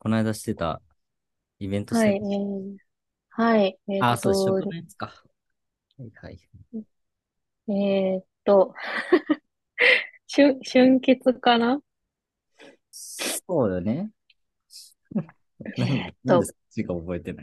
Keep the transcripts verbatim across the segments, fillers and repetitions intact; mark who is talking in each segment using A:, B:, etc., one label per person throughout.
A: この間してたイベント
B: はい、
A: 宣
B: えー、はい、えーっ
A: あ、そう、
B: と、
A: 食のやつか。はいはい。
B: えーっと、春、春節かな。
A: そうよね。
B: え
A: なんで、なんで
B: ーっと、
A: そっちが覚えてない？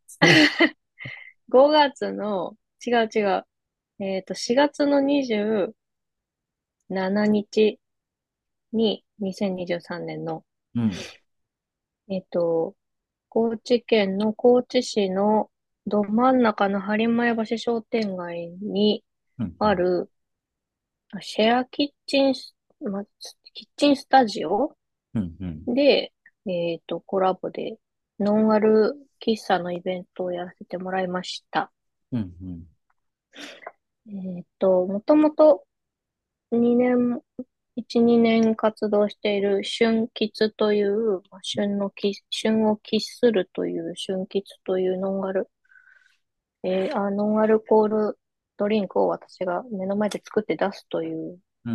B: ごがつの、違う違う、えーっと、しがつのにじゅうしちにちに、にせんにじゅうさんねんの、
A: うん。
B: えーっと、高知県の高知市のど真ん中の播磨橋商店街に
A: うん。うん。
B: ある、あシェアキッチンス、ま、キッチンスタジオ
A: うん。うん。
B: で、えっと、コラボで、ノンアル喫茶のイベントをやらせてもらいました。
A: うん。うん。
B: えっと、もともとにねん、いち、にねん活動している春喫という、まあ、旬のき、旬を喫するという春喫というノンアル、えーあ、ノンアルコールドリンクを私が目の前で作って出すという
A: うん。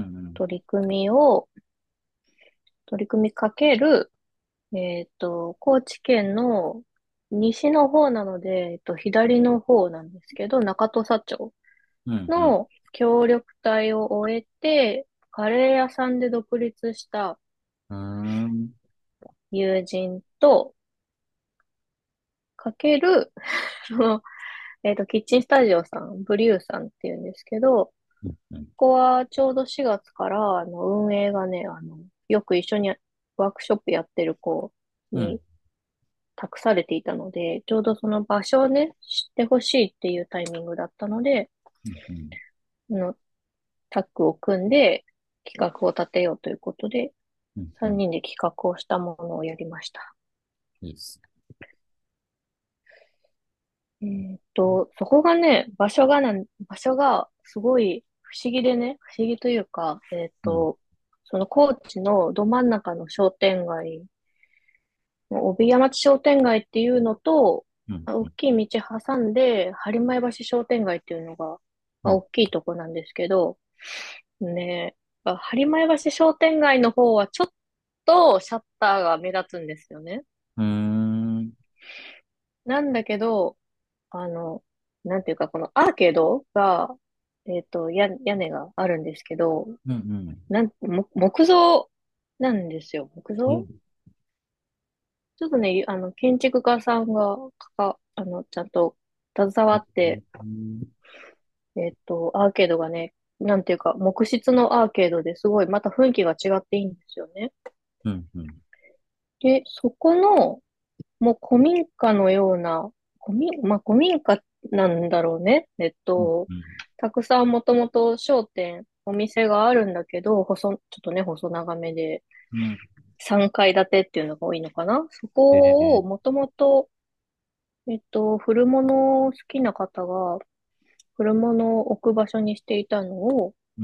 B: 取り組みを、取り組みかける、えっと、高知県の西の方なので、えっと、左の方なんですけど、中土佐町
A: うん。うん。
B: の協力隊を終えて、カレー屋さんで独立した
A: うーん。
B: 友人と、かける、その、えっと、キッチンスタジオさん、ブリューさんっていうんですけど、こ
A: うん。
B: こはちょうどしがつから、あの、運営がね、あの、よく一緒にワークショップやってる子
A: うん。
B: に託されていたので、ちょうどその場所をね、知ってほしいっていうタイミングだったので、
A: うん。うん。
B: あのタッグを組んで企画を立てようということで、
A: うん。うん。
B: さんにんで企画をしたものをやりました。
A: いいっす
B: えーっと、そこがね、場所がなん、場所がすごい不思議でね、不思議というか、えーっ
A: ね。うん。
B: と、その高知のど真ん中の商店街、帯屋町商店街っていうのと、
A: うん。うん。
B: 大きい道挟んで、播磨橋商店街っていうのが、まあ、
A: うん。
B: 大きいとこなんですけど、ね、播磨橋商店街の方はちょっとシャッターが目立つんですよね。
A: うーん。
B: なんだけど、あの、なんていうか、このアーケードが、えっと、や、屋根があるんですけど、
A: うん。
B: なん、も木造なんですよ。木造
A: うん。
B: ちょっとね、あの、建築家さんが、かか、あの、ちゃんと携わって、
A: うん。
B: えっと、アーケードがね、なんていうか、木質のアーケードですごい、また雰囲気が違っていいんですよね。
A: うん。うん。
B: で、そこの、もう古民家のような、古民、まあ、古民家なんだろうね。えっ
A: うん。
B: と、
A: うん。
B: たくさんもともと商店、お店があるんだけど、細、ちょっとね、細長めで、
A: うん。
B: さんがい建てっていうのが多いのかな。そ
A: えー。
B: こをもともと、えっと、古物好きな方が、古物を置く場所にしていたのを、
A: うん。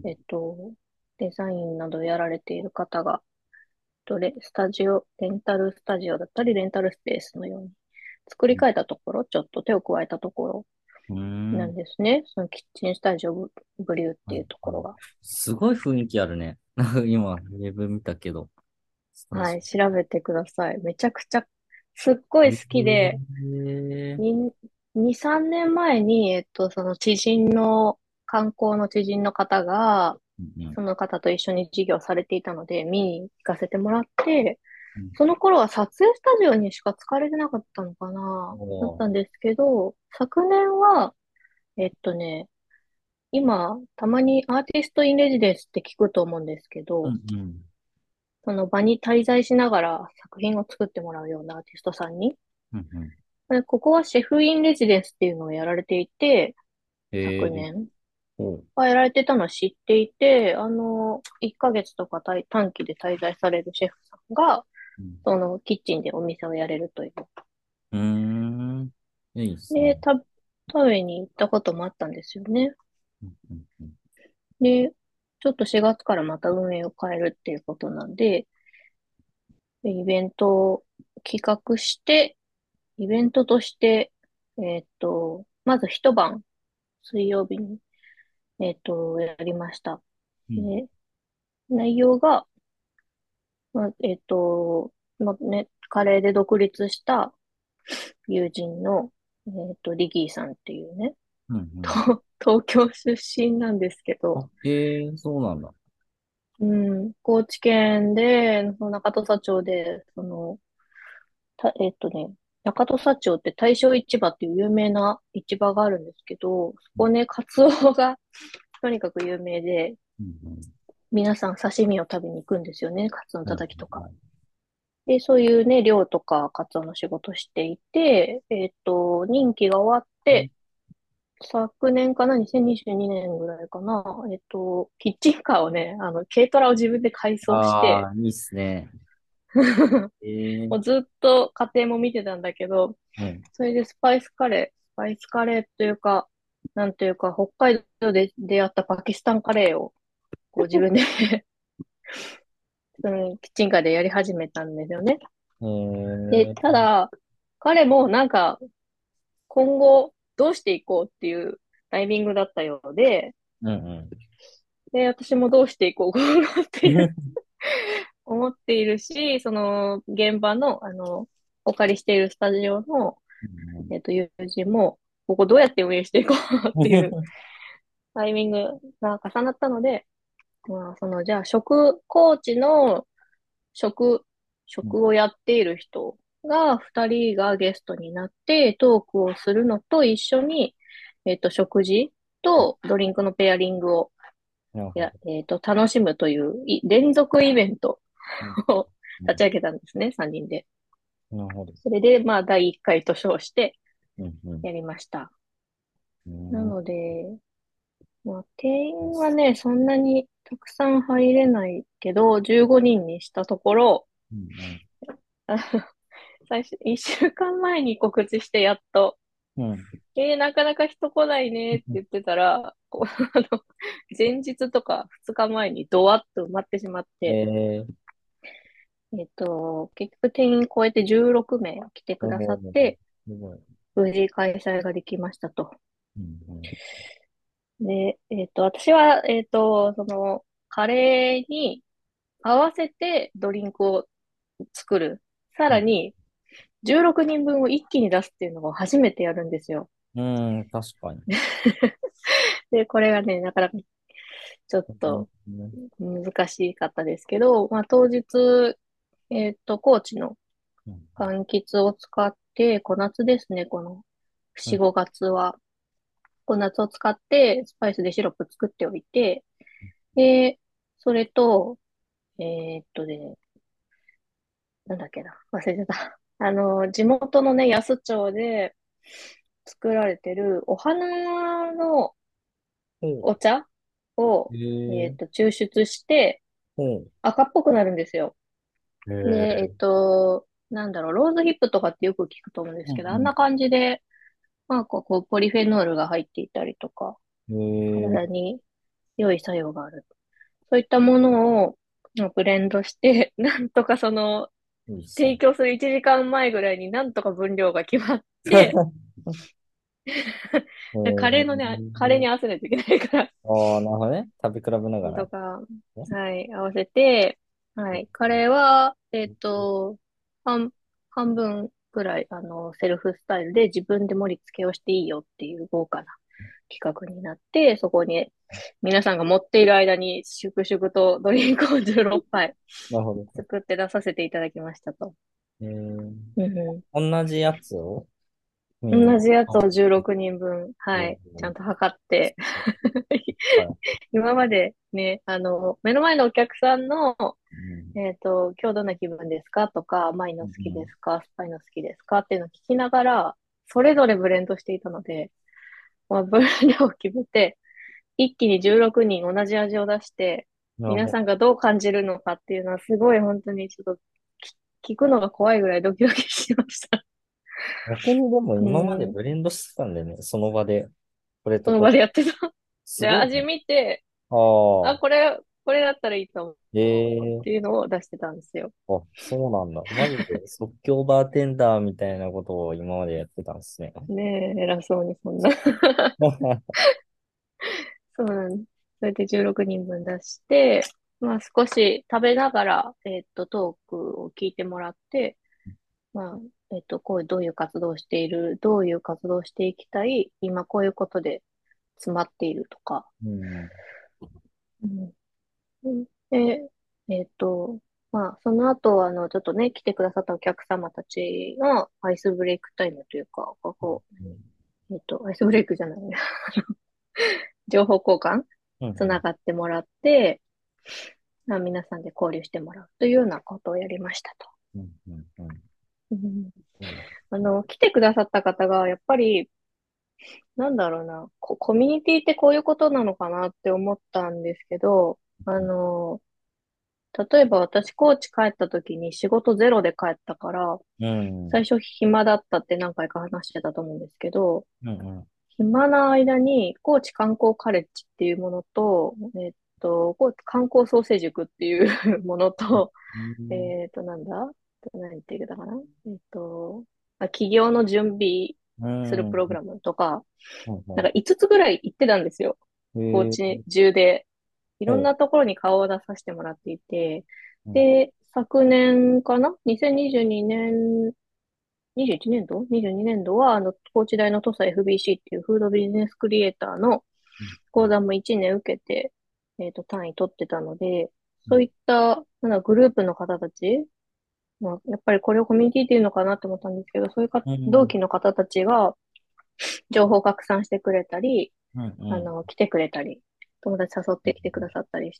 B: えっと、デザインなどやられている方が、とレ、スタジオ、レンタルスタジオだったり、レンタルスペースのように作り変えたところ、ちょっと手を加えたところ
A: うん。う
B: なん
A: ん。
B: ですね。そのキッチンスタジオブ、ブリューっていうところが。
A: すごい雰囲気あるね。なんか今、ウェブ見たけど。スタジ
B: はい、調べてください。めちゃくちゃ、すっご
A: オ。
B: い
A: え
B: 好きで、
A: ー。
B: に、に、さんねんまえに、えっと、その知人の、観光の知人の方が、
A: うん。
B: その方と一緒に授業されていたので、見に行かせてもらって、
A: うん。
B: その頃は撮影スタジオにしか使われてなかったのかなだっ
A: おー。
B: たんですけど、昨年は、えっとね、今、たまにアーティストインレジデンスって聞くと思うんですけど、
A: うん。うん。
B: その場に滞在しながら作品を作ってもらうようなアーティストさんに、
A: うん。うん。
B: でここはシェフインレジデンスっていうのをやられていて、
A: えー。
B: 昨年
A: おう。
B: はやられてたのを知っていて、あの、いっかげつとか短短期で滞在されるシェフさんが、
A: うん。
B: そのキッチンでお店をやれるという。
A: うーん。いいっすね。
B: で、た、食べに行ったこともあったんですよね。
A: うん。うん。うん。
B: で、ちょっとしがつからまた運営を変えるっていうことなんで、でイベントを企画して、イベントとして、えーっと、まず一晩、水曜日に、えーっと、やりました。
A: うん。
B: で、内容が、まあ、えーっと、まあね、 カレーで独立した友人の、えっと、リギーさんっていうね、
A: うんうん。
B: と東京出身なんですけど、
A: あ、ええ、そうなんだ。
B: うん、高知県で、その中土佐町で、その、た、えっとね、中土佐町って大正市場っていう有名な市場があるんですけど、そこね、カツオがとにかく有名で、
A: うんうん。
B: 皆さん刺身を食べに行くんですよね、カツオの
A: うん
B: たたきとか。
A: うん。
B: で、そういうね、漁とかカツオの仕事していて、えっと、任期が終わって、昨年かな、にせんにじゅうにねんぐらいかな、えっと、キッチンカーをね、あの、軽トラを自分で改装して、
A: ああ、いいっすね。え
B: もう
A: え。
B: ずっと家庭も見てたんだけど、
A: うん。
B: それでスパイスカレー、スパイスカレーというか、なんというか、北海道で出会ったパキスタンカレーを、こう自分でそのキッチンカーでやり始めたんですよね。
A: え
B: で、た
A: え。
B: だ、彼もなんか、今後どうしていこうっていうタイミングだったようで、
A: うんうん。
B: で、私もどうしていこうかなっていう思っているし、その現場の、あの、お借りしているスタジオの、
A: うん
B: えっと、友人も、ここどうやって運営していこうっていうタイミングが重なったので、まあ、その、じゃあ、食、コーチの食、食をやっている人が、二人がゲストになってトークをするのと一緒に、えっと、食事とドリンクのペアリングを、や、
A: なるほど。
B: えっと、楽しむというい連続イベント
A: うん。
B: を
A: うん。
B: 立ち上げたんですね、三人で。
A: なるほど。
B: それで、まあ、だいいっかいと称して
A: うんうん。
B: やりました。
A: うん。
B: なので、まあ、定員はね、そんなにたくさん入れないけど、じゅうごにんにんにしたところ、
A: うん
B: あの最初、いっしゅうかんまえに告知してやっと、
A: うん。うん。
B: えー、なかなか人来ないねって言ってたら、こうあの、前日とかふつかまえにドワッと埋まってしまって、
A: ええ。
B: えっと、結局定員超えてじゅうろくめい来てくださ
A: おー、
B: って、
A: すごい。
B: 無事開催ができましたと。
A: うんうん。
B: で、えっと、私は、えっと、その、カレーに合わせてドリンクを作る。さ
A: うん
B: らに、じゅうろくにんぶんを一気に出すっていうのを初めてやるんですよ。
A: うん、確かに。
B: で、これがね、なかなかちょっ
A: うん
B: と
A: うん。
B: 難しかったですけど、まあ当日、えっと、高知の柑橘を使って、小夏ですね、このよん、
A: うん。
B: ごがつは。小夏を使ってスパイスでシロップ作っておいて、で、それと、えーっとね、なんだっけな、忘れてた。あの、地元のね、安町で作られてるお花の
A: ほ
B: お茶を、
A: う。へえ。
B: えーっと、抽出して
A: ほ
B: 赤っぽくなるんですよ。
A: う。へ
B: で、えっ
A: え。
B: と、なんだろう、ローズヒップとかってよく聞くと思うんですけど、あんな
A: うん
B: 感じで、まあ、こう、こうポリフェノールが入っていたりとか、
A: うん。へえ。
B: 体に良い作用がある。そういったものをまあブレンドして、なんとかその、
A: いいっすね。
B: 提供するいちじかんまえぐらいになんとか分量が決まって、
A: へ
B: カレーのね、カレー
A: え。
B: に合わせないといけないから、
A: ああ、なるほどね。食べ比べながら。
B: とか、
A: ね。
B: はい、合わせて、はい、カレーは、えっと、半、半分くらい、あの、セルフスタイルで自分で盛り付けをしていいよっていう豪華な企画になって、そこに皆さんが持っている間に粛々とドリンクをじゅうろっぱい
A: なるほど。
B: 作って出させていただきましたと。
A: えー、
B: うんう
A: 同じやつをみん
B: ん、
A: な。
B: 同じやつ
A: あ、
B: をじゅうろくにんぶん、
A: えー、
B: はい、ちゃんと測って
A: はい。
B: 今までね、あの、目の前のお客さんの
A: うん。
B: えっと、今日どんな気分ですかとか、甘いの好きで
A: うん。
B: すかスパイの好きですかっていうのを聞きながら、それぞれブレンドしていたので、まあ、分量を決めて、一気にじゅうろくにん同じ味を出して、
A: なるほど。
B: 皆さんがどう感じるのかっていうのは、すごい本当にちょっと聞くのが怖いぐらいドキドキしました。
A: 逆にでも
B: う
A: 今まで
B: ん。
A: ブレンドしてたんだよね。その場で。これ
B: その
A: とこれ。
B: 場でやってた。で、味
A: すごいね。
B: 見て、あ、
A: ああ。
B: これ、これだったらいいと思うっていう
A: ええ。
B: のを出してたんですよ。
A: あ、そうなんだ。マジで即興バーテンダーみたいなことを今までやってたんですね。
B: ねえ、偉そうにそんな。そうなんです。それでじゅうろくにんぶん出して、まあ少し食べながら、えーっと、トークを聞いてもらって、 まあ、えっと、こういう、どういう活動をしている、どういう活動をしていきたい、今こういうことで詰まっているとか、
A: うん。
B: うんうんで、えっと、まあ、その後、あの、ちょっとね、来てくださったお客様たちのアイスブレイクタイムというか、こ
A: うん。
B: う、えっと、アイスブレイクじゃないね。情報交換
A: うん。
B: つながってもらって、まあ、皆さんで交流してもらうというようなことをやりましたと。
A: うん。うん。うん。
B: うん
A: そう。
B: あの、来てくださった方が、やっぱり、なんだろうな、コ、コミュニティってこういうことなのかなって思ったんですけど、あの、例えば私、高知帰った時に仕事ゼロで帰ったから、
A: うん。
B: 最初暇だったって何回か話してたと思うんですけど、
A: うん。
B: 暇な間に高知観光カレッジっていうものと、えっと、高知観光創生塾っていうものと、
A: うん。
B: えっと、なんだ何言ってたかなえっと、あ起業の準備
A: う
B: するプログ
A: ん。
B: ラムとか、なんか
A: うん。
B: いつつぐらい行ってたんですよ。
A: へえ。
B: 高知中で。いろん
A: ほ
B: なところに顔を出させてもらっていて、
A: う。うん。
B: で、昨年かな ?にせんにじゅうに 年、にじゅういちねん度 ?にじゅうに 年度は、あの、高知大の土佐 エフビーシー っていうフードビジネスクリエイターの
A: うん。
B: 講座もいちねん受けて、えっと、単位取ってたので、
A: うん。
B: そういった、なんだ、グループの方たち、まあ、やっぱりこれをコミュニティっていうのかなって思ったんですけど、そういうか
A: うん。
B: 同期の方たちが情報を拡散してくれたり、
A: うん。うん。
B: あの、来てくれたり、友達誘ってきてくださったりして、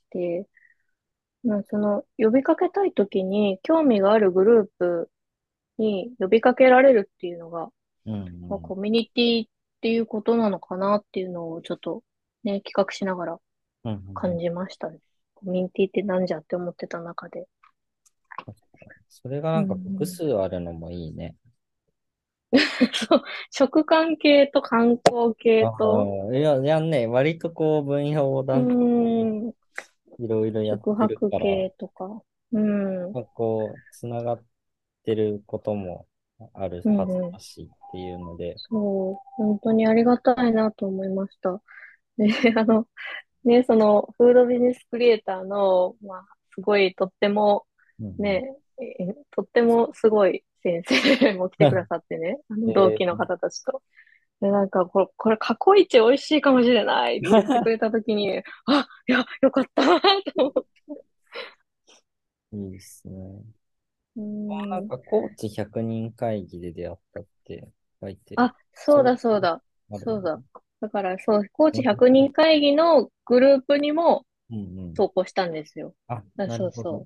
B: まあ、その、呼びかけたいときに、興味があるグループに呼びかけられるっていうのが、
A: う
B: まあ、
A: ん。
B: コミュニティっていうことなのかなっていうのをちょっとね、企画しながら
A: うん。
B: 感じましたね。コミュニティってなんじゃって思ってた中で。
A: それが
B: う
A: なんか複
B: ん、
A: 数あるのもいいね。
B: そう、食関係と観光系
A: あ
B: と、
A: あ、いや、いやね、割とこう分野横
B: う
A: 断的に
B: ん、
A: いろいろやってる
B: 宿泊
A: から、
B: 系とか、うん、う
A: まあ、こう、つながってることもあるはず
B: ん、
A: だしっていうので、
B: そう、本当にありがたいなと思いました。で、あの、ね、その、フードビジネスクリエイターの、まあ、すごい、とっても、
A: うん。
B: ね、えとってもすごい先生も来てくださってね、あの、同期の
A: えー
B: 方たちと。で、なんか、これ、これ、過去一美味しいかもしれないって言ってくれたときに、あ、いや、よかったなと思って。
A: いいですね。
B: う
A: なん
B: ん。
A: か、高知ひゃくにん会議で出会ったって書いて、
B: あ、そう
A: それ、
B: だそうだ。
A: あるの。
B: そうだ。だから、そう、高知100
A: うん
B: 人会議のグループにも
A: うん。
B: 投稿したんですよ。
A: あ、
B: あ、
A: なるほど。
B: そうそう。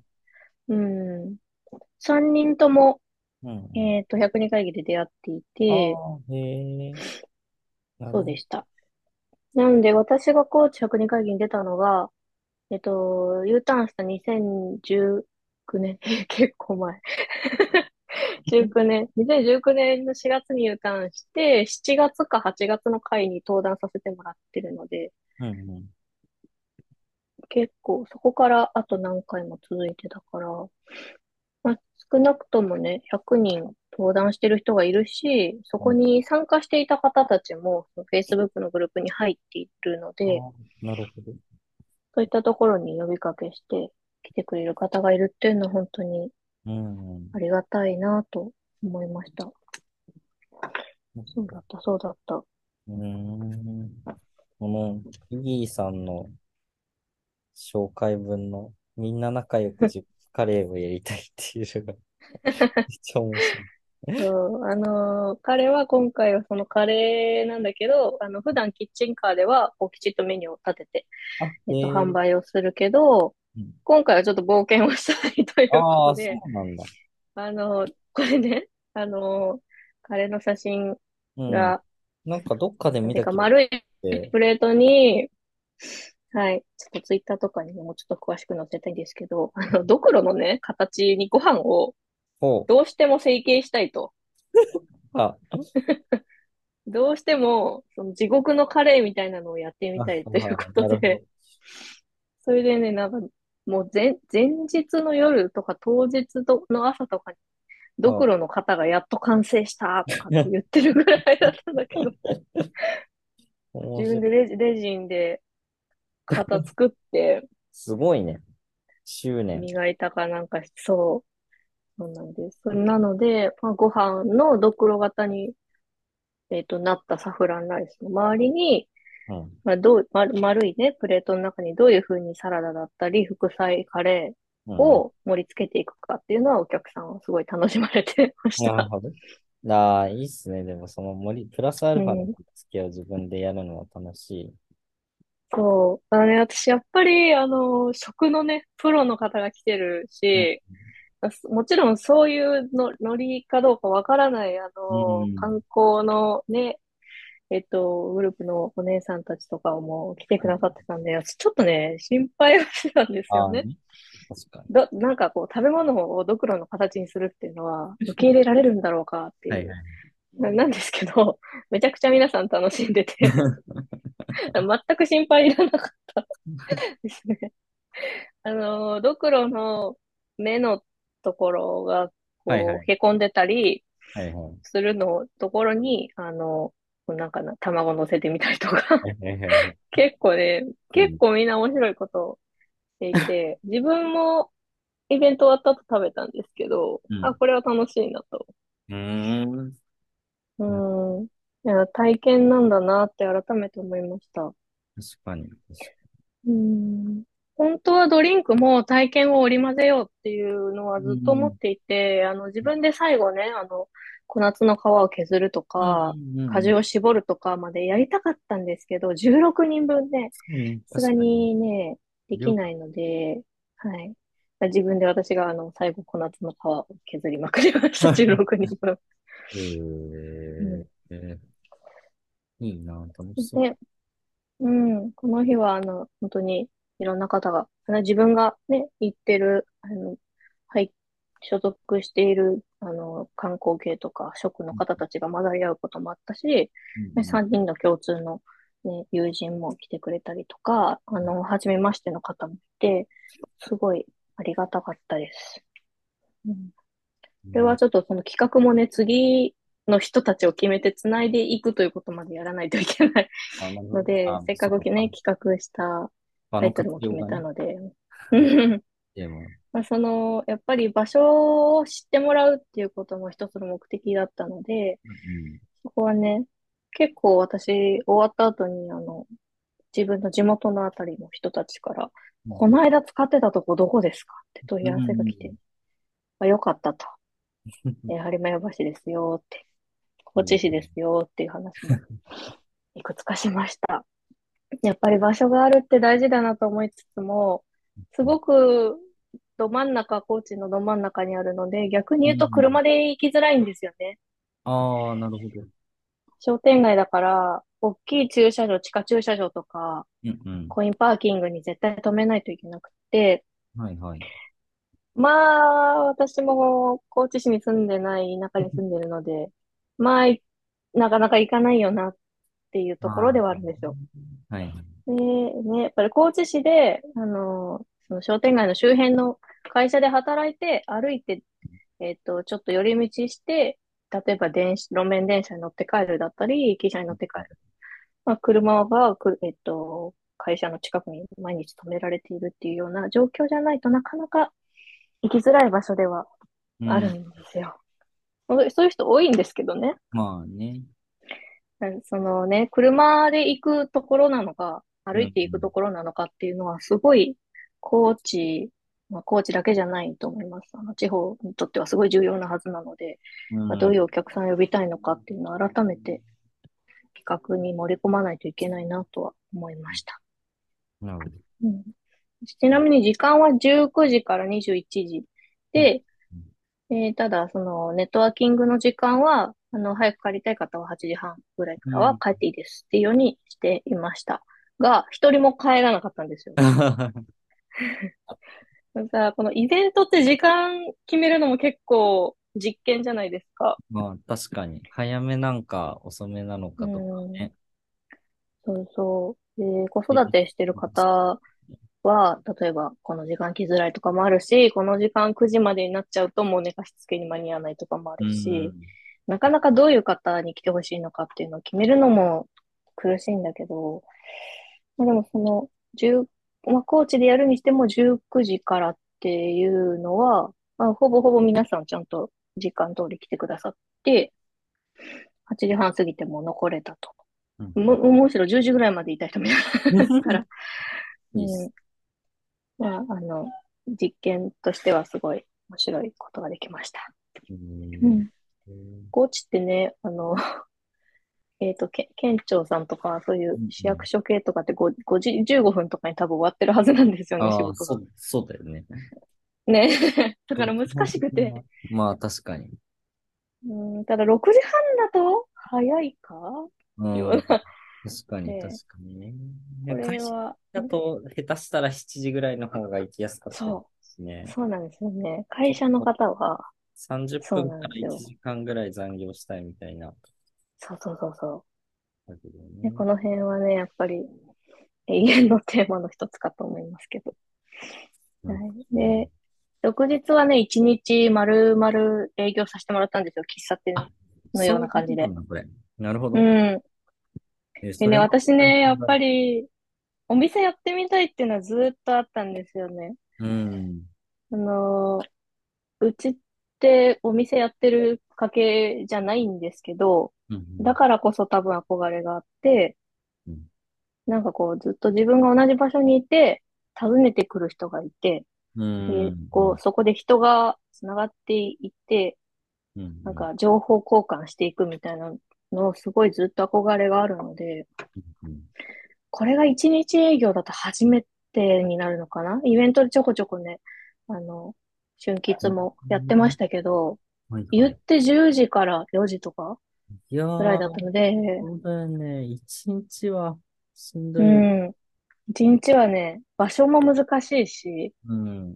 B: うん。さんにんとも、
A: うんうん。
B: えっと、ひゃくにん会議で出会っていて、
A: ああ、へえ、なるほど。
B: そうでした。なので、私が高知ひゃくにん会議に出たのが、えっと、U ターンしたにせんじゅうきゅうねん、結構前。じゅうきゅうねん、にせんじゅうきゅうねんのしがつに U ターンして、しちがつかはちがつの会に登壇させてもらってるので、
A: うんうん。
B: 結構そこからあと何回も続いてたから、まあ、少なくともね、ひゃくにん登壇してる人がいるし、そこ
A: うん。
B: に参加していた方たちも、その Facebook のグループに入っているので、
A: ああ、なるほど。
B: そういったところに呼びかけして来てくれる方がいるっていうのは本当に
A: うんうん。
B: ありがたいなと思いました。そうだった、そうだった。
A: うーん。この、イギーさんの紹介文の、みんな仲良くジップカレーをやりたいっていうのがめっちゃ面白い。
B: そう、あのー彼は今回はそのカレーなんだけど、あの、普段キッチンカーでは、こう、きちっとメニューを立てて、
A: あ、
B: えっと、販
A: へえ。
B: 売をするけど、
A: うん。
B: 今回はちょっと冒険をしたいというこ
A: ああ、そ
B: とで、
A: うなんだ。
B: あのーこれね、あのーカレーの写真
A: うん。
B: が、
A: なんかどっかで
B: なんていうか、
A: 見た気がし
B: 丸い
A: て、
B: プレートに、はい。ちょっとツイッターとかにももうちょっと詳しく載せたいんですけど、あの、ドクロのね、形にご飯を
A: ほ
B: どうしても成形したいと。
A: う。あ、
B: どうしても、その地獄のカレーみたいなのをやってみ
A: あ、
B: たいというこ
A: あ
B: とで、
A: なるほど。
B: それでね、なんか、もう前、前日の夜とか当日との朝とかに、ド
A: あ、
B: クロの型がやっと完成したとかって言ってるぐらいだったんだけど、
A: 面白い。
B: 自分でレジ、レジンで型作って
A: すごいね。執念。
B: 磨いたかなんかしそう。 そうなんです。それなので、まあ、ご飯のドクロ型に、えっと、なったサフランライスの周りに、
A: うん。
B: まあ、どう、丸丸いね、プレートの中にどういうふうにサラダだったり、副菜、カレー
A: うん。うん。
B: を盛り付けていくかっていうのはお客さんはすごい楽しまれてました。
A: なるほど。ああ、いいっすね。でも、その森、プラスアルファの
B: うん。
A: 付けを自分でやるのは楽しい。
B: そう。あのね、私やっぱり、あの、食のね、プロの方が来てる
A: うん。
B: し、もちろんそういうの、ノリかどうかわからない、あ
A: う
B: の、観
A: ん。
B: 光のね、えっと、グループのお姉さんたちとかも来てくださってたんで、私ちょっとね、心配をしてたんですよ
A: ああ、
B: ね。
A: ね。確かに。
B: ど、なんかこう、食べ物をドクロの形にするっていうのは、受け入れられるんだろうかっていう。
A: はいはい。
B: な、なんですけど、めちゃくちゃ皆さん楽しんでて、全く心配いらなかったですね。あの、ドクロの目のところが、こう、
A: はいはい。
B: へこんでたり
A: はいはい。
B: するのところに、あの、なんかな、卵乗せてみたりとか、
A: はいはいはいはい。
B: 結構ね、
A: うん。
B: 結構みんな面白いことをしていて、自分もイベント終わった後食べたんですけど、あ、
A: うん。
B: これは楽しいなと。
A: うーん。
B: う
A: うん。
B: ん。いや、体験なんだなって改めて思いました。
A: 確かに。確か
B: うん。本当はドリンクも体験を織り交ぜようっていうのは
A: に。
B: ずっと思っていて、あの、自分で最後ね、あの、小夏の皮を削ると
A: うん。
B: か、
A: うん。うん。
B: 果汁を絞るとかまでやりたかったんですけど、じゅうろくにんぶんね、
A: そうね。
B: さすが
A: 確かに。
B: にね、でき
A: 量。
B: ないので、はい。自分で私があの、最後小夏の皮を削りまくりました、じゅうろくにんぶん。
A: えー、
B: うん。
A: えー、いいな、楽しそ
B: で、うん、この日は、あの、本当にいろんな方が、あの自分がね、行ってる、あの、はい、所属している、あの、観光系とか、職の方たちが混ざり合うこともあったし、
A: う。う
B: で
A: ん。
B: さんにんの共通の、ね、友人も来てくれたりとか、あの、初めましての方もいて、すごいありがたかったです。うん、これは
A: うん。
B: ちょっとその企画もね、次の人たちを決めてつないでいくということまでやらないといけない
A: あ、なるほど。
B: ので、
A: あ、
B: せっか
A: そっか。
B: くね、企画した
A: 場の
B: タイトル
A: 活用がね。
B: も決めたので、うん
A: でも、
B: まあ、その、やっぱり場所を知ってもらうっていうことも一つの目的だったので、
A: うん。
B: そこはね、結構私、終わった後に、あの、自分の地元のあたりの人たちから、
A: うん。
B: この間使ってたとこどこですかって問
A: う
B: い合わせが来て、
A: ん。
B: あ、よかったと。えー、播磨屋橋ですよって、高知
A: うん。
B: 市ですよっていう話もいくつかしました。やっぱり場所があるって大事だなと思いつつも、すごくど真ん中、高知のど真ん中にあるので、逆に言うと
A: うん。
B: 車で行きづらいんですよね。
A: ああ、なるほど。
B: 商店街だから、大きい駐車場、地下駐車場とか、
A: うんうん。
B: コインパーキングに絶対止めないといけなくて、
A: はいはい。
B: まあ、私も高知市に住んでない田舎に住んでるので、まあ、いなかなか行かないよなっていうところ
A: あ
B: ではあるんですよ。
A: あ、はいはい。
B: で、ね、やっぱり高知市で、あの、その商店街の周辺の会社で働いて、歩いて、えっと、ちょっと寄り道して、例えば電子、路面電車に乗って帰るだったり、汽車に乗って帰る。まあ、車がく、えっと、会社の近くに毎日止められているっていうような状況じゃないとなかなか行きづらい場所では
A: うん。
B: あるんですよ。そうそういう人多いんですけどね。
A: まあね。
B: そのね、車で行くところなのか、
A: うん。
B: 歩いて行くところなのかっていうのは、すごい、高知、まあ、高知だけじゃないと思います。あの、地方にとってはすごい重要なはずなので、まあ、どういう
A: うん。
B: お客さんを呼びたいのかっていうのを改めて企画に盛り込まないといけないなとは思いました。
A: なるほど。
B: うん、ちなみに時間はじゅうくじからにじゅういちじ
A: うん。
B: で、えーただ、その、ネットワーキングの時間は、あの、早く帰りたい方ははちじはんぐらいからは
A: うん。
B: 帰っていいですっていうようにしていました。が、一人も帰らなかったんですよ。さ、このイベントって時間決めるのも結構実験じゃないですか。
A: まあ、確かに。早めなんか遅めなの
B: う
A: かとか
B: ん、
A: ね。
B: そうそう。で、子
A: で、
B: 育てしてる方は、例えばこの時間来づらいとかもあるし、この時間くじまでになっちゃうともう寝かしつけに間に合わないとかもあ
A: う
B: るし、
A: ん。
B: なかなかどういう方に来てほしいのかっていうのを決めるのも苦しいんだけど、まあ、でもその、じゅう、まあ、コーチでやるにしてもじゅうくじからっていうのは、 あ、ほぼほぼ皆さんちゃんと時間通り来てくださって、はちじはん過ぎてもう残れたと。む、
A: うん。
B: むしろじゅうじぐらいまでいた人もいますから、
A: いいっす。
B: うん。まあ、あの、実験としてはすごい面白いことができました。
A: うん。
B: うん。
A: うん。
B: 高知ってね、あの、えっと、け、県庁さんとか、そういう
A: うん。
B: 市役所系とかってご、ごじ、じゅうごふんとかに多分終わってるはずなんですよね、仕
A: ああ、
B: 事が。
A: そう、そうだよね。
B: ね。だから難
A: そう基本
B: しくて。
A: 的には。まあ、確かに。
B: うん、ただろくじはんだと早いか
A: うん。
B: ような。
A: 確かに、確
B: ね、
A: かにね。い
B: こ
A: や会社
B: れは、
A: だと、下手したらしちじぐらいの方が行きやすかったり
B: そう、
A: しね。
B: そうなんですよね。会
A: 結構
B: 社の方は、
A: 30
B: そう
A: 分から1
B: なんですよ。
A: 時間ぐらい残業したいみたいな。
B: そうそうそうそう。
A: だけど
B: で、
A: ね。
B: この辺はね、やっぱり永遠のテーマの一つかと思いますけど。
A: うん。
B: はい。
A: うん。
B: で、翌日はね、一日丸々営業させてもらったんですよ。喫茶店
A: あ、
B: のよう
A: そういうこ
B: な感じで。
A: となんだ、これ。なるほ
B: う
A: ど。
B: ん。
A: え、
B: でね、
A: それも
B: 私ね、やっ
A: 大変だ。
B: ぱりお店やってみたいっていうのはずーっとあったんですよね。
A: うん。
B: あのーうちってお店やってる家系じゃないんですけど、
A: うん。
B: だからこそ多分憧れがあって、
A: うん。
B: なんかこうずっと自分が同じ場所にいて、訪ねてくる人がいて、
A: うん。
B: で、こう、
A: うん。
B: そこで人が繋がっていって、
A: うん。
B: なんか情報交換していくみたいなのをすごいずっと憧れがあるので、
A: うん。
B: これが一日営業だと初めてになるのかな。イベントでちょこちょこね、あの、春季もやってましたけど、言っ
A: はいはい。
B: てじゅうじからよじとか
A: いや
B: ぐらい
A: ー、
B: だったので、
A: そうだよね。一日はしんど
B: う
A: いよ。
B: ん、一日はね、場所も難しいし、
A: うん。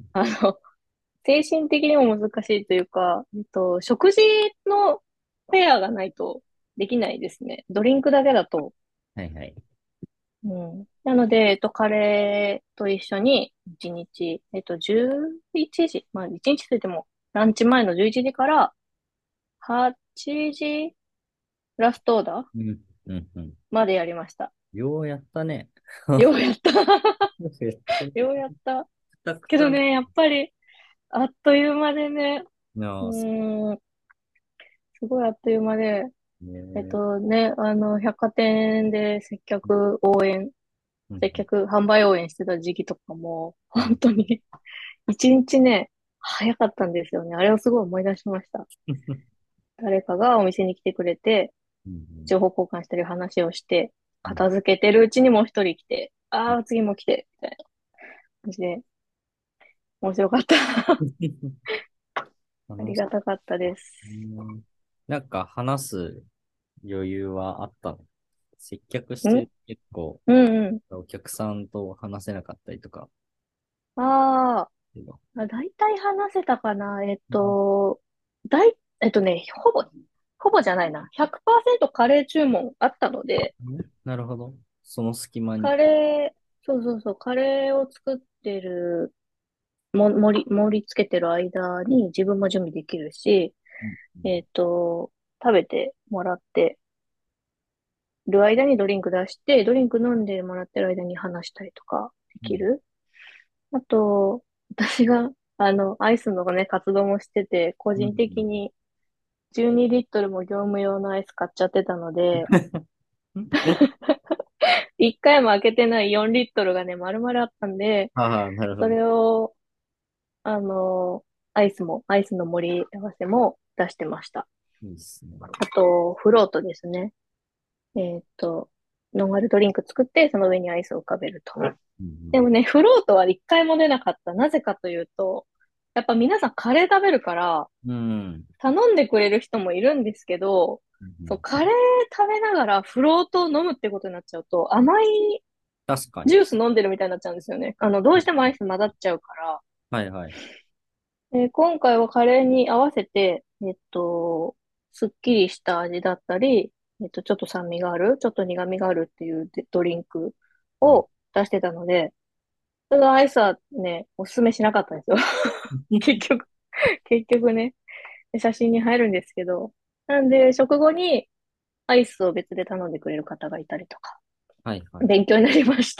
B: あの、精神的にも難しいというか、えっと、食事のフェアがないとできないですね。ドリンクだけだと。
A: はいはい。
B: うん。なので、えっと、カレーと一緒に、一日、えっと、じゅういちじ、まあ、一日といっても、ランチ前のじゅういちじからはちじラストオーダー
A: うん。うん。うん。
B: までやりました。
A: ようやったね。
B: ようやった。
A: やったね。
B: ようやった。
A: くたくたね。
B: けどね、やっぱり、あっという間でね、
A: いや
B: う
A: ー、そ
B: ーん、すごいあっという間で、
A: う
B: えっ
A: ね。
B: とね、あの、百貨店で接客応援、
A: うん。
B: 接客販売応援してた時期とかも、
A: うん。
B: 本当に一日ね、早かったんですよね。あれをすごい思い出しました。誰かがお店に来てくれて、
A: うん。
B: 情報交換したり話をして、
A: うん。
B: 片付けてるうちにもう一人来て、
A: うん。
B: ああ、次も来て、みたいな感じで、面白かった。あり
A: 楽し
B: がたかったです。
A: いね。なんか話す余裕はあったの？接客し
B: ん
A: て結構
B: うんうん。
A: お客さんと話せなかったりとか。
B: ああ、だいたい話せたかな。えっ
A: うん。
B: と、だい、えっとね、ほぼ、ほぼじゃないな。ひゃくパーセントカレー注文あったので、
A: なるほど。その隙間に。
B: カレー、そうそうそう、カレーを作ってる、も、盛り、盛り付けてる間に自分も準備できるし、
A: うん。
B: えっと、食べてもらってる間にドリンク出して、ドリンク飲んでもらってる間に話したりとかで
A: うん。
B: きる。あと、私が、あの、アイスのね、活動もしてて、個
A: うん。
B: 人的にじゅうにリットルも業務用のアイス買っちゃってたので、いっかいも開けてないよんリットルがね、丸々あったんで、
A: ああ、なるほ
B: そ
A: ど。
B: れを、あの、アイスも、アイスの盛り合わせも出してました。
A: いいっすね。
B: あと、フロートですね。えーっと、ノンアルドリンク作って、その上にアイスを浮かべると。
A: うん。
B: でもね、フロートはいっかいも出なかった。なぜかというと、やっぱ皆さんカレー食べるから、
A: うん。
B: 頼んでくれる人もいるんですけど、
A: うん。
B: そう、カレー食べながらフロートを飲むってことになっちゃうと、甘い
A: 確かに。
B: ジュース飲んでるみたいになっちゃうんですよね。あの、どうしてもアイス混ざっちゃうから。
A: はいはい。
B: で、今回はカレーに合わせて、えっと、すっきりした味だったり、えっと、ちょっと酸味がある、ちょっと苦味があるっていうデドリンク
A: うん。
B: を出してたので、それはアイスはね、おすすめしなかったんですよ。結局、結局ね、写真に入るんですけど。なんで、食後にアイスを別で頼んでくれる方がいたりとか、
A: はいはい。
B: 勉強になりました。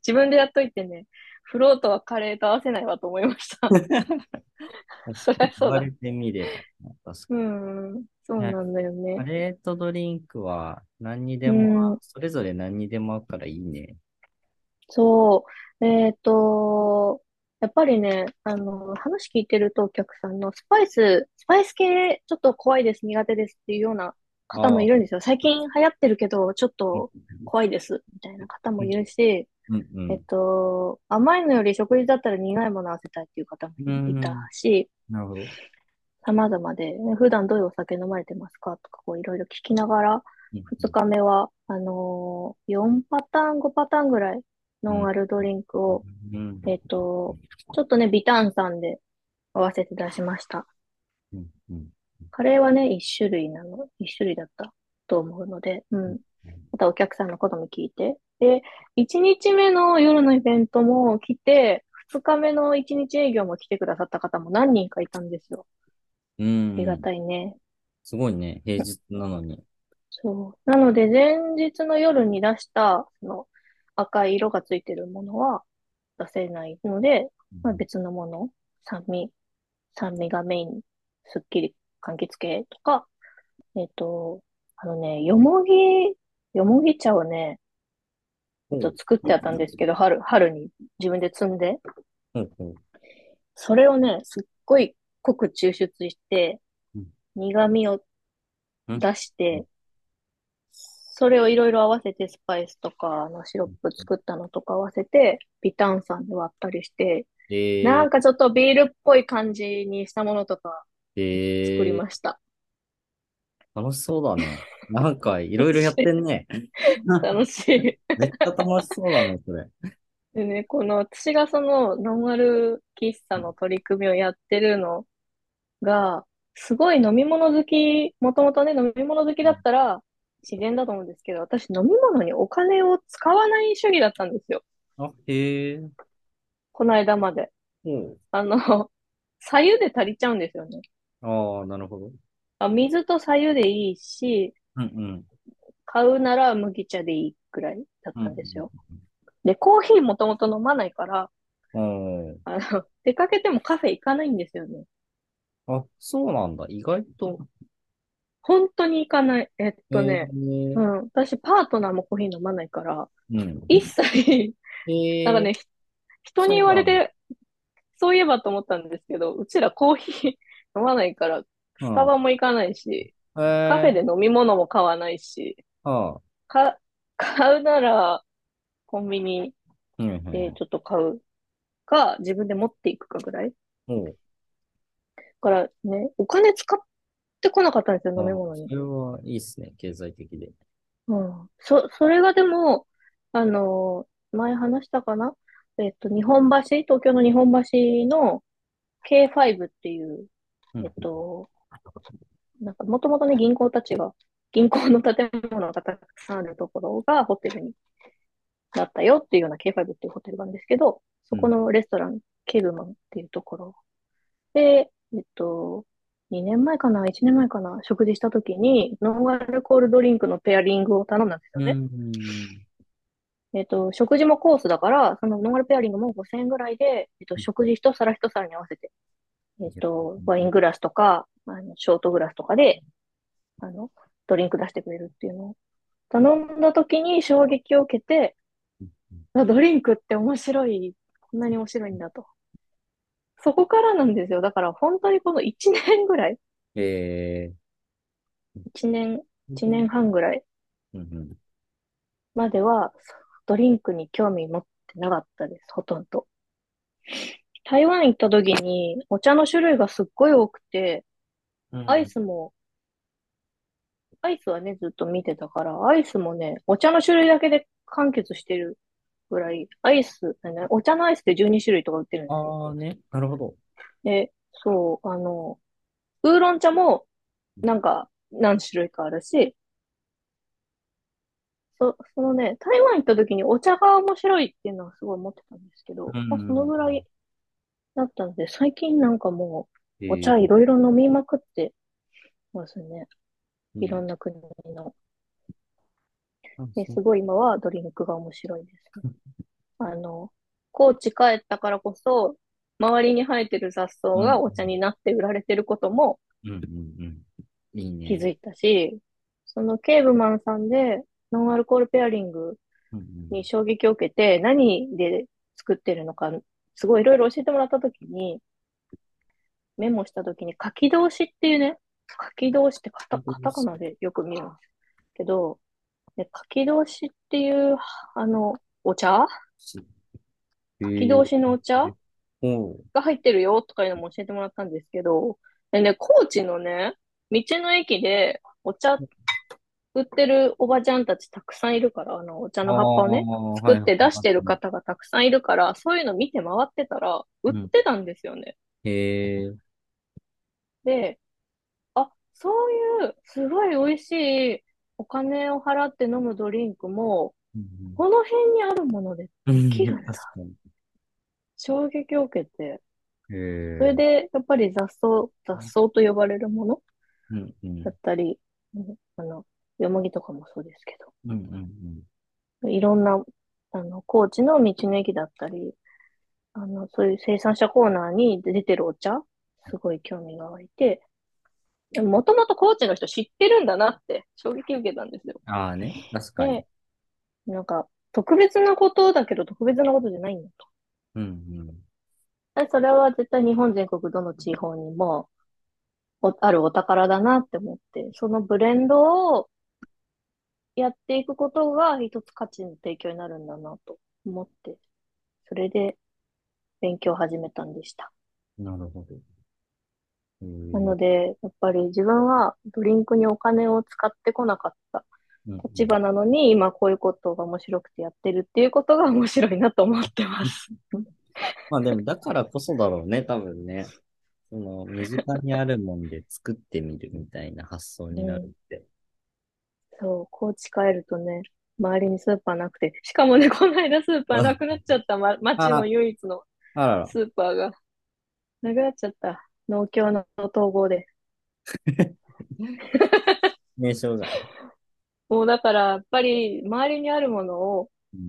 B: 自分でやっといてね、フロートはカレーと合わせないわと思いました。そり
A: 確かに言
B: ゃそうだ。
A: われてみれば、確
B: う
A: か
B: ん、そう
A: に。ね、
B: なんだよ
A: カ
B: ね。
A: レーとドリンクは何にでも、
B: うん、
A: それぞれ何にでも合うからいいね。
B: そう。えっと、やっぱりね、あの、話聞いてるとお客さんのスパイス、スパイス系ちょっと怖いです、苦手ですっていうような方も
A: ああ、
B: いるんですよ。最近流行ってるけど、ちょっ
A: うん
B: と怖いです、みたいな方もいる
A: うん
B: し、えっ
A: うん
B: と、甘いのより食事だったら苦いものを合わせたいっていう方も
A: うん。う
B: いた
A: ん、
B: し、
A: なるほど。
B: 様々で、ね、普段どういうお酒飲まれてますかとか、こういろいろ聞きながら、
A: うん
B: 二日目は、あのー、よんパターン、ごパターンぐらいノ
A: うん
B: ンアルドリンクを、
A: うん
B: えっと、ちょっとね、微炭酸で合わせて出しました。
A: うんうん
B: カレーはね、一種類なの、一種類だったと思うので、う
A: うん
B: ん。またお客さんの好み聞いて。で、一日目の夜のイベントも来て、二日目の一日営業も来てくださった方も何人かいたんですよ。
A: う
B: ありが
A: ん。
B: たいね。
A: すごいね。平日なのに。
B: そう。なので、前日の夜に出した、その赤い色がついてるものは出せないので、まあ、別のもの、酸味、酸味がメイン、すっきり柑橘系とか、えっと、あのね、よもぎ、よもぎ茶をね、えっと、
A: ほう。
B: 作ってあったんですけど、春、春に自分で摘んで、
A: ほうほう。
B: それをね、すっごい濃く抽出して、
A: うん
B: 苦味を
A: うん
B: 出して、それをいろいろ合わせて、スパイスとか、あの、シロップ作ったのとか合わせて、微炭酸で割ったりして、な
A: え
B: んかちょっとビールっぽい感じにしたものとか
A: ー、
B: 作り
A: え
B: ました。
A: ー、楽しそうだね。なんか、いろいろやって
B: 楽しい。
A: んね。
B: 楽しい。
A: めっちゃ楽しそうだね、それ。
B: でね、この私がそのノンアル喫茶の取り組みをやってるのが、すごい飲み物好き、もともとね、飲み物好きだったら自然だと思うんですけど、私飲み物にお金を使わない主義だったんですよ。
A: あ、へえ。
B: この間まで。
A: ほ
B: あの、左右で足りちゃうんですよね。
A: う。ああ、なるほど。
B: あ、水と左右でいいし、
A: うんうん。
B: 買うなら麦茶でいいくらいだっ
A: うん
B: たんですよ。で、コーヒーもともと飲まないから、
A: うん。お
B: あの、出かけてもカフェ行かないんですよね。
A: ー、あ、そうなんだ。意外と。
B: 本当に行かない。えっ
A: え
B: とね、う
A: ー、
B: ん、私パートナーもコーヒー飲まないから、
A: うん。
B: 一切なんか
A: えー、
B: ね、ひ人に言
A: そうなんだ。
B: われて、そういえばと思ったんですけど、うちらコーヒー飲まないから、スタ
A: うん。
B: バも行かないし、
A: え
B: カフェ
A: ー、
B: で飲み物も買わないし、
A: ああ、
B: か、買うならコンビニ
A: うんうんうん。
B: でちょっと買うか、自分で持っていくかぐらい。
A: おう。
B: だからね、お金使ってこなかったんですよ、飲み
A: あ、
B: 物に。
A: それはいいっすね。経済的で。
B: うん。そ、それがでも、あの、前話したかな。えっと、日本橋、東京の日本橋の ケーファイブ っていう、えっ
A: うん。
B: と、なんかもともとね、銀行たちが、銀行の建物がたくさんあるところがホテルになったよっていうような ケーファイブ っていうホテルがあるんですけど、そ
A: うん。
B: このレストラン、ケルマンっていうところで、えっと、にねんまえかな？ いち 年前かな、食事した時に、ノンアルコールドリンクのペアリングを頼んだんですよね。
A: うん。
B: えっと、食事もコースだから、そのノンアルペアリングもごせんえんぐらいで、えっと、食事一皿一皿に合わせて、えっと、ワイングラスとか、あの、ショートグラスとかで、あの、ドリンク出してくれるっていうのを頼んだ時に衝撃を受けて、あドリンクって面白い、こんなに面白いんだと。そこからなんですよ。だから本当にこのいちねんぐらい、
A: え
B: いちねん、1
A: ー、
B: 年半ぐらい
A: うんうん。
B: までは、ドリンクに興味持ってなかったです、ほとんど。台湾行った時に、お茶の種類がすっごい多くて、アイ
A: うん。
B: スも、アイスはね、ずっと見てたから、アイスもね、お茶の種類だけで完結してるぐらい、アイス、ね、お茶のアイスってじゅうに種類とか売ってるんですよ。
A: ああね。なるほど。
B: で、そう、あの、ウーロン茶もなんか何種類かあるし、そ、そのね、台湾行った時にお茶が面白いっていうのはすごい思ってたんですけど、
A: う
B: まあ、その
A: ん。
B: ぐらいだったんで、最近なんかもう、お
A: えー、
B: 茶いろいろ飲みまくってますね。
A: うん。
B: いろんな国の。
A: あ、
B: で、
A: そう。
B: すごい今はドリンクが面白いですね。 あの、高知帰ったからこそ、周りに生えてる雑草
A: うん。
B: がお茶になって売られてることも
A: うんうんうん。いいね。
B: 気づいたし、そのケーブマンさんでノンアルコールペアリング
A: うんうん。
B: に衝撃を受けて、何で作ってるのか、すごいいろいろ教えてもらったときに、メモしたときに書き通しっていうね、書き通しってカタ、カタカナでよく見るんですけど、で書き通しっていう、あの、お茶
A: し
B: 書き
A: へえ。
B: 通しのお茶
A: おう。
B: が入ってるよとかいうのも教えてもらったんですけど、でね、高知のね、道の駅でお茶売ってるおばちゃんたちたくさんいるから、あの、お茶
A: ああ、
B: の葉っぱをね、作っ
A: はいはい
B: て出してる
A: はい。
B: 方がたくさんいるから、そういうの見て回ってたら、売っ
A: うん。
B: てたんですよね。
A: へえ。
B: で、あ、そういう、すごい美味しいお金を払って飲むドリンクも、
A: うん
B: この辺にあるもので
A: うん。
B: できるんだ。
A: 確かに。
B: 衝撃を受けて、
A: へ
B: それ
A: え。
B: で、やっぱり雑草、雑草と呼ばれるもの
A: うんうん。
B: だったり、うんあの、よもぎとかもそうですけ
A: うんうん
B: ど、いろんな、あの、高知の道の駅だったり、あの、そういう生産者コーナーに出てるお茶、すごい興味が湧いて、もともと高知の人知ってるんだなって衝撃受けたんですよ。
A: うん。ああね。確かに。
B: で、なんか、特別なことだけど特別なことじゃないんだと。
A: うんうん。
B: でそれは絶対日本全国どの地方にもおあるお宝だなって思って、そのブレンドをやっていくことが一つ価値の提供になるんだなと思って、それで勉強を始めたんでした。
A: なるほど。へ
B: なの
A: え。
B: で、やっぱり自分はドリンクにお金を使ってこなかった
A: うん
B: 立場なのに、今こういうことが面白くてやってるっていうことが面白いなと思ってま
A: うん。
B: す。
A: まあでも、だからこそだろうね、多分ね。その、身近にあるもんで作ってみるみたいな発想になる
B: うん。
A: って。
B: そう、高知帰るとね、周りにスーパーなくて、しかもね、この間スーパーな
A: あ、
B: くなっちゃった、ま、町の
A: あ、
B: 唯一の
A: あらら。
B: スーパーがなくなっちゃった。農協の統合で。
A: 名称が。
B: もうだから、やっぱり周りにあるものを
A: うん。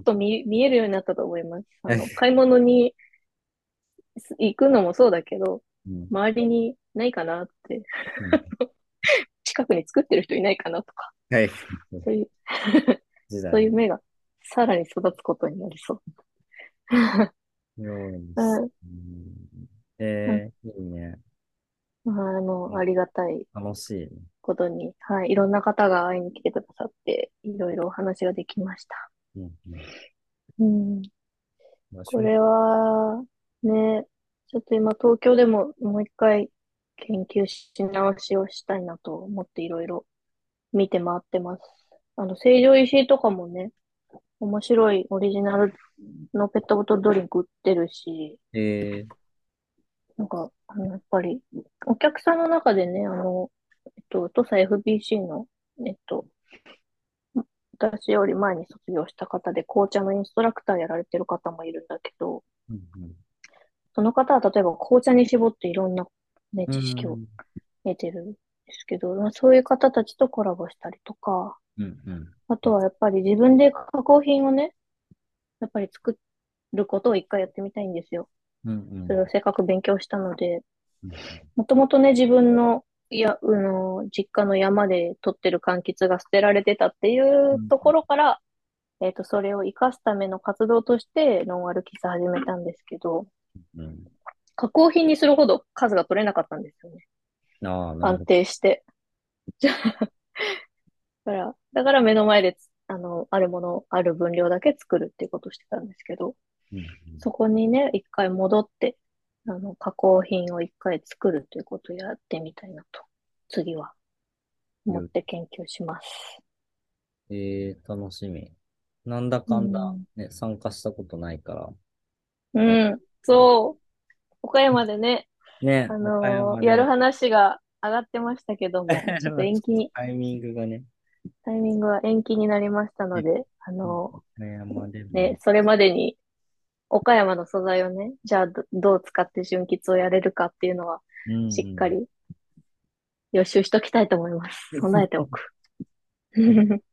B: もっと見、見えるようになったと思います。あの、買い物に行くのもそうだけど、
A: うん。
B: 周りにないかなって、
A: うん。
B: 近くに作ってる人いないかなとか、
A: はい。
B: そういう、
A: 時代の
B: そういう目がさらに育つことになりそう。
A: ようにす。
B: うん、
A: うん。えー、いいね。
B: あの、ありがたい
A: 楽しいね。
B: ことに、はい、いろんな方が会いに来てくださって、いろいろお話ができました。
A: うんうん。
B: うん、
A: 私も、
B: これは、ね、ちょっと今東京でももう一回研究し直しをしたいなと思っていろいろ見て回ってます。あの、成城石井とかもね、面白いオリジナルのペットボトルドリンク売ってるし、
A: えー、
B: なんか、あの、やっぱり、お客さんの中でね、あの、えっと、土佐 エフビーシー の、えっと、私より前に卒業した方で紅茶のインストラクターやられてる方もいるんだけど、
A: うんうん
B: その方は例えば紅茶に絞っていろんな、ね、
A: う
B: 知識を
A: ん
B: 得てるんですけど、まあ、そういう方たちとコラボしたりとか、
A: うんうん
B: あとはやっぱり自分で加工品をね、やっぱり作ることを一回やってみたいんですよ。
A: うんうん
B: それをせっかく勉強したので、
A: うん
B: もともとね、自分の、いや、あの、実家の山で採ってる柑橘が捨てられてたってい
A: うん
B: うところから、えっと、それを活かすための活動として、ノンアルキス始めたんですけど、
A: うん。
B: 加工品にするほど数が取れなかったんですよね。
A: ああ、なる
B: 安
A: ほど。
B: 定して。だから、だから目の前でつ、あの、あるもの、ある分量だけ作るっていうことをしてたんですけど、
A: うん
B: そこにね、一回戻って、あの、加工品を一回作るということをやってみたいなと、次は思っ
A: うん。
B: て研究します。
A: えー、楽しみ。なんだ
B: う
A: かんだ、
B: ん。
A: ね、参加したことないから、ワクワ
B: うん。
A: クする。
B: そう。岡山でね、
A: ね、
B: あ
A: 岡
B: のーやる
A: 山で。
B: 話が上がってましたけども、ちょっと
A: まあちょっと
B: 延期に、
A: タイミングがね、
B: タイミングは延期になりましたの
A: ね、
B: で、あ
A: うん、
B: の
A: 岡山で
B: ーね、
A: も、
B: それまでに岡山の素材をね、じゃあど、どう使って純喫をやれるかっていうのは、
A: うん
B: しっ
A: うん。
B: かり予習しときたいと思います。備えておく。